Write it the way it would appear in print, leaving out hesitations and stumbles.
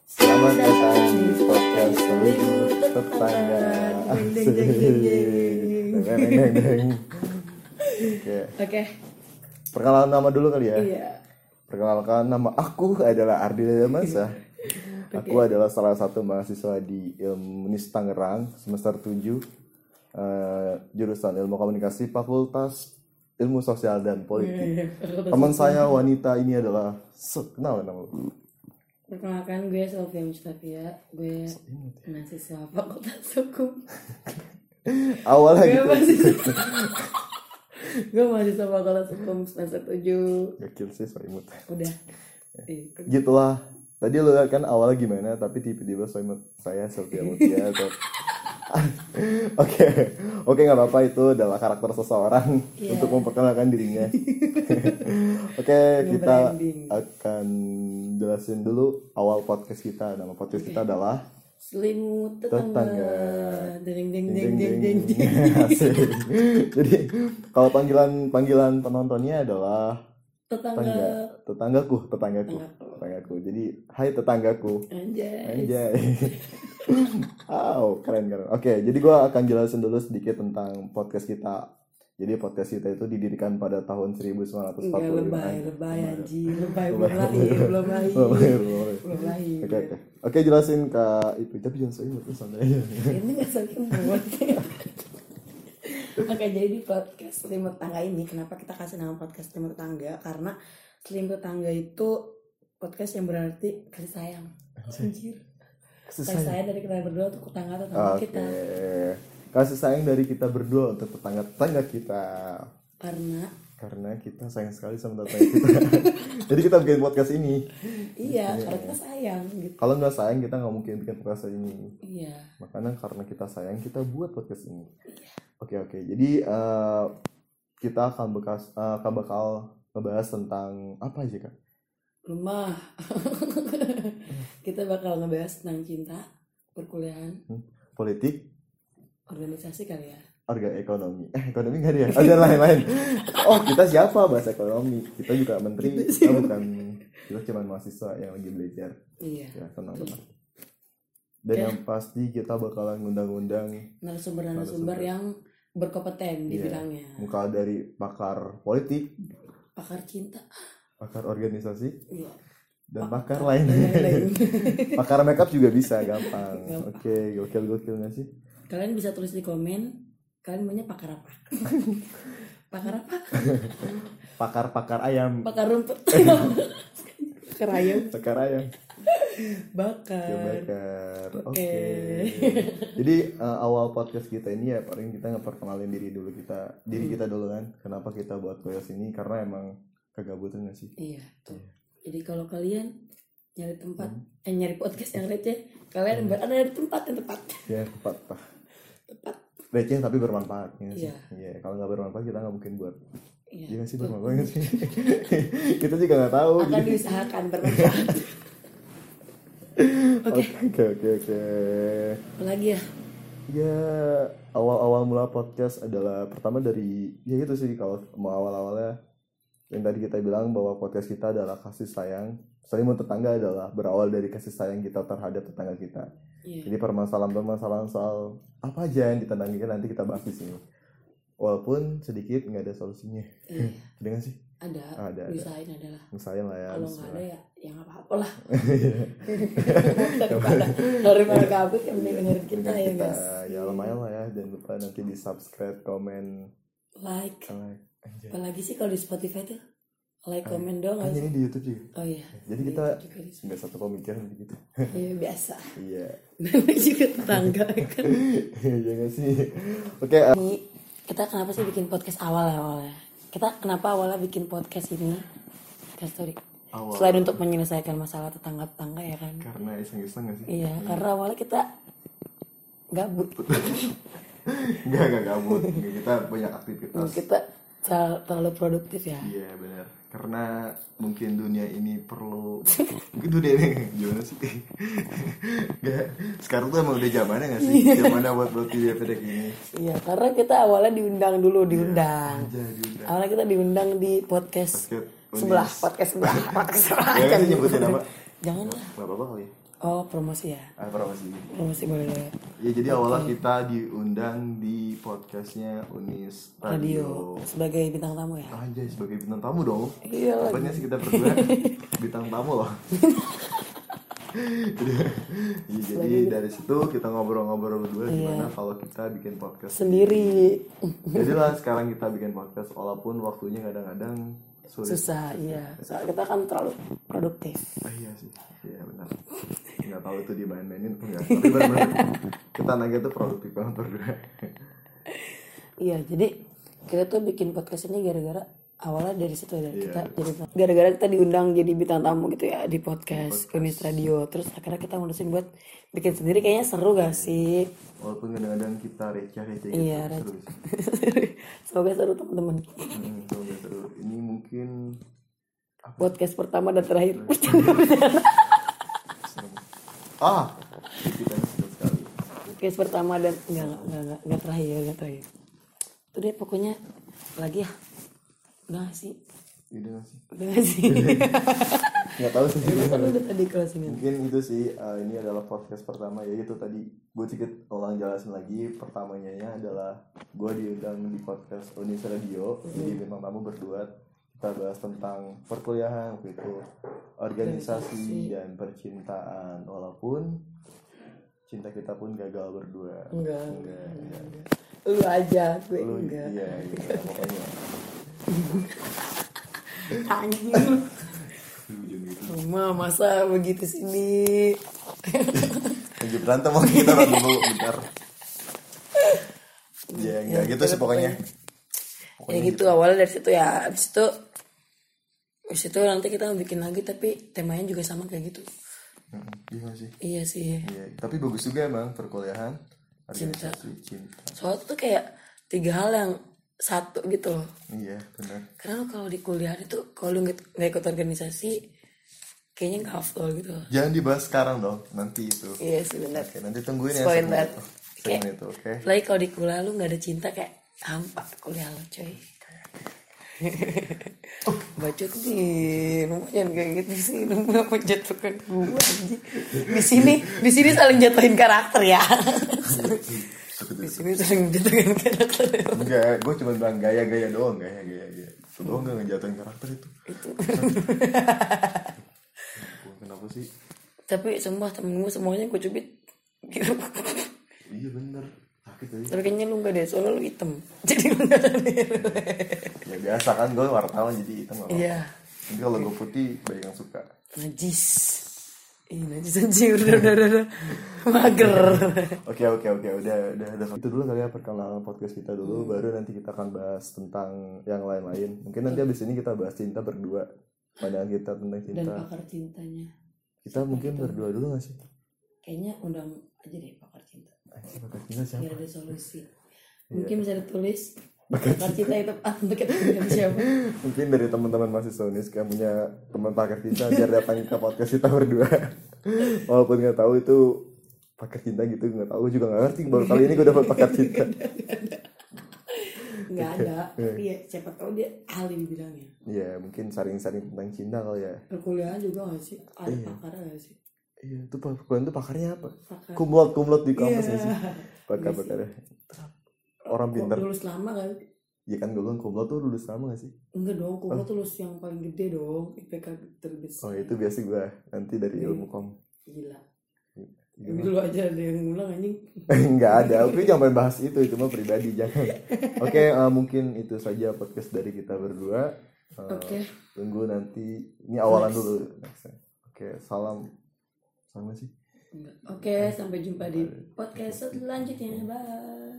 Selamat datang di podcast Selimut Tetangga. Oke. Perkenalan nama dulu kali ya. Iya. Perkenalkan, nama aku adalah Ardi Damasa. Aku adalah salah satu mahasiswa di Ilmu Unis Tangerang semester 7, jurusan Ilmu Komunikasi, Fakultas Ilmu Sosial dan Politik. Teman saya wanita ini adalah kenal nama lu? Perkenalkan, gue Sofia Mustafia. Gue mahasiswa Fakultas Hukum. Awalnya gitu. Gue mahasiswa Fakultas Hukum semester 7. Gokil sih, soimut. Udah. Gitulah. Tadi lu lihat kan awalnya gimana, tapi tiba-tiba soimut saya Sofia Mutia atau Oke, nggak apa-apa, itu adalah karakter seseorang untuk memperkenalkan dirinya. Oke, kita akan jelasin dulu awal podcast kita. Nama podcast kita adalah Selimut Tetangga. Ding ding ding ding ding. Jadi kalau panggilan penontonnya adalah tetanggaku. Jadi hai tetanggaku. Anjay. Keren. Oke, jadi gue akan jelasin dulu sedikit tentang podcast kita. Jadi podcast kita itu didirikan pada tahun 1945. Lebay anjing. Belum lahir. Oke, jelasin ke itu. Tapi jangan soal itu santai aja. Ini nggak soal. Oke, jadi di podcast Selimut Tetangga ini, kenapa kita kasih nama podcast Selimut Tetangga? Karena Selimut Tetangga itu podcast yang berarti kasih sayang. Anjir. Kasih sayang dari kita berdua untuk tetangga kita. Kasih sayang dari kita berdua untuk tetangga kita. Karena kita sayang sekali sama tetangga kita. Jadi kita bikin podcast ini. Iya, karena kita sayang gitu. Kalau nggak sayang kita nggak mungkin bikin podcast ini. Iya. Makanya karena kita sayang kita buat podcast ini. Iya. Oke. Jadi kita akan bakal ngebahas tentang apa aja, Kak? Rumah. Kita bakal ngebahas tentang cinta, perkuliahan, politik, organisasi kali ya. Ekonomi nggak dia? Ada lain-lain. Oh, kita siapa bahas ekonomi? Kita juga menteri. Kita cuma mahasiswa yang lagi belajar. Iya. Ya, tenang. Dan yang pasti kita bakalan ngundang narasumber yang berkompeten di bidangnya. Muka dari pakar politik, pakar cinta, pakar organisasi, iya. Dan pakar lain. Pakar makeup juga bisa, gampang. Oke, gokil nggak sih? Kalian bisa tulis di komen, kalian maunya pakar apa? Pakar apa? Pakar ayam. Pakar rumput. Pakar ayam. Bakar. Oke. Jadi awal podcast kita ini ya paling kita ngeperkenalin diri kita dulu kan. Kenapa kita buat podcast ini? Karena emang kegabutan nggak sih? Iya. Tuh. Jadi kalau kalian nyari tempat, nyari podcast yang receh, kalian berada di tempat yang tepat. Ya, tepat. Receh tapi bermanfaat. Iya. Kalau nggak bermanfaat kita nggak mungkin buat. Iya nggak sih, bermanfaat sih. Kita juga nggak tahu. Akan diusahakan bermanfaat. Oke. Apa lagi ya? Ya, awal mula podcast adalah pertama dari ya gitu sih, kalau mau awalnya yang tadi kita bilang bahwa podcast kita adalah kasih sayang. Selimut Tetangga adalah berawal dari kasih sayang kita terhadap tetangga kita. Jadi permasalahan soal apa aja yang ditenangikan nanti kita bahas di sini. Walaupun sedikit nggak ada solusinya. Ada nggak sih? Ada. Usahain lah ya. Kalau nggak ada ya nggak apa-apa lah. daripada gabut yang dengerin kita ya guys. Ya lumayan lah ya. Jangan lupa nanti di subscribe, komen, like. Apalagi sih kalau di Spotify tuh like, komen doang. Ini di YouTube juga. Oh iya. Jadi kita nggak satu pemikiran gitu. Iya biasa. Iya. Namanya juga tetangga kan. Iya nggak sih. Oke. Kita kenapa sih bikin podcast awalnya? Kita kenapa awalnya bikin podcast ini? Story. Selain untuk menyelesaikan masalah tetangga ya kan? Karena iseng-iseng nggak sih? Iya, karena awalnya kita gabut. Enggak gabut. Kita banyak aktivitas. Kita terlalu produktif ya. Iya benar. Karena mungkin dunia ini perlu. Mungkin dunia ini gimana sih? Enggak. Sekarang tuh emang udah zamannya nggak sih? Zamannya buat video pendek ini. Iya, karena kita awalnya diundang. Awalnya kita diundang di podcast sebelah. Ya kan sih nyebutin apa? Jangan lah. Nggak apa-apa kali. Oh, promosi ya. Promosi boleh. Ya jadi awalnya kita diundang di podcastnya Unis Radio. Sebagai bintang tamu ya. Anjay, sebagai bintang tamu dong. Iya. Apanya sih kita berdua bintang tamu loh. Ya, jadi dari situ kita ngobrol-ngobrol berdua gimana kalau kita bikin podcast sendiri. Jadilah sekarang kita bikin podcast walaupun waktunya kadang-kadang sulit. Susah, iya. Soalnya kita kan terlalu produktif. Iya sih, iya benar. Nggak tahu itu dimain-mainin atau enggak. Tapi benar-benar kita naga tuh produktif banget berdua. Iya, jadi kita tuh bikin podcast ini gara-gara awalnya dari situ kita jadi gara-gara kita diundang jadi bintang tamu gitu ya di podcast Unis Radio. Terus akhirnya kita ngurusin buat bikin sendiri, kayaknya seru gak sih? Walaupun kadang-kadang kita receh-receh gitu. Iya, seru. Semoga seru teman-teman. Semoga seru. Ini mungkin podcast pertama dan terakhir. Kita ini seru sekali. Podcast pertama dan enggak terakhir. Itu deh pokoknya lagi ya. Udah gak sih? Udah gak sih? Nggak tahu sih. Udah tadi closing. Mungkin itu sih. Ini adalah podcast pertama ya, itu tadi gue sedikit ulang jelasin lagi. Pertamanya adalah gue diundang di podcast Unis Radio jadi bintang tamu berdua. Kita bahas tentang perkuliahan waktu itu, organisasi dan percintaan. Walaupun cinta kita pun gagal berdua. Enggak. Lu aja, gue enggak. Iya, pokoknya. Anjing. Masa begitu sini. Lagi berantem mau kita dulu bentar. Ya enggak gitu sih pokoknya. Ya gitu awalnya dari situ ya. Di situ nanti kita bikin lagi tapi temanya juga sama kayak gitu. Iya sih. Iya, tapi bagus juga emang perkuliahan. Cinta. Cinta. Soalnya tuh kayak 3 hal yang satu gitu loh. Iya benar. Karena kalau di kuliah itu kalau lu nggak ikut organisasi kayaknya nggak afdol gitu. Jangan dibahas sekarang dong, nanti itu. Iya sih benar. Oke, nanti tungguin ya segmen itu. Oke. Lagi kalau di kuliah lu nggak ada cinta kayak hampa kuliah lu coy. Bacot nih, lumayan kayak gitu sih, lu nggak menjatuhkan gue anjing. Di sini saling jatuhin karakter ya. Di sini saling jatuhin karakter. Enggak, gue cuma bilang gaya-gaya doang, gaya. Itu doang nggak ngejatuhin karakter itu. Kenapa sih? Tapi semua temen gue semuanya gue cubit. Gitu. Iya bener. Sakit aja. Tapi kayaknya lu nggak deh, soalnya lu hitam. Jadi lu nggak sadar. Ya biasa kan, gue wartawan jadi hitam nggak apa-apa. Iya. Tapi kalau gue putih banyak yang suka. Najis. Najis anjir, udah. Mager. Oke, udah. Itu dulu kali ya perkenalan podcast kita dulu, baru nanti kita akan bahas tentang yang lain-lain. Mungkin nanti abis ini kita bahas cinta berdua. Pandangan kita tentang cinta. Dan pakar cintanya. Kita mungkin berdua dulu gak sih? Kayaknya undang aja deh pakar cinta. Pakar cinta siapa? Biar ada solusi. Mungkin bisa ditulis pakar cinta itu untuk kita dengan siapa? Mungkin dari teman-teman mahasiswa Unis yang punya teman pakar cinta biar datang ke podcast kita berdua. Walaupun nggak tahu itu pakar cinta gitu, nggak tahu juga nggak ngerti. Baru kali ini gue dapat pakar cinta. Nggak ada. Tapi ya siapa tahu dia ahli di bidangnya. Iya, mungkin saring-saring tentang cinta kali ya. Perkuliahan juga nggak sih? Ada pakarnya nggak sih? Iya, itu perkuliahan itu pakarnya apa? Kumlot di kampus nggak sih? Pakarnya. Orang pintar. Lulus lama kan? Iya kan dulu kumlot tuh lulus lama gak sih? Enggak dong, kumlot tuh lulus yang paling gede dong, IPK terbesar. Oh itu biasa gue nanti dari ilmu kom. Gila. Dulu aja ada yang ngulang anjing. Enggak ada, oke jangan bahas itu cuma pribadi jangan. Oke, mungkin itu saja podcast dari kita berdua. Oke. Tunggu nanti ini awalan dulu. Oke, salam sama sih. Oke, sampai jumpa di podcast selanjutnya. Bye.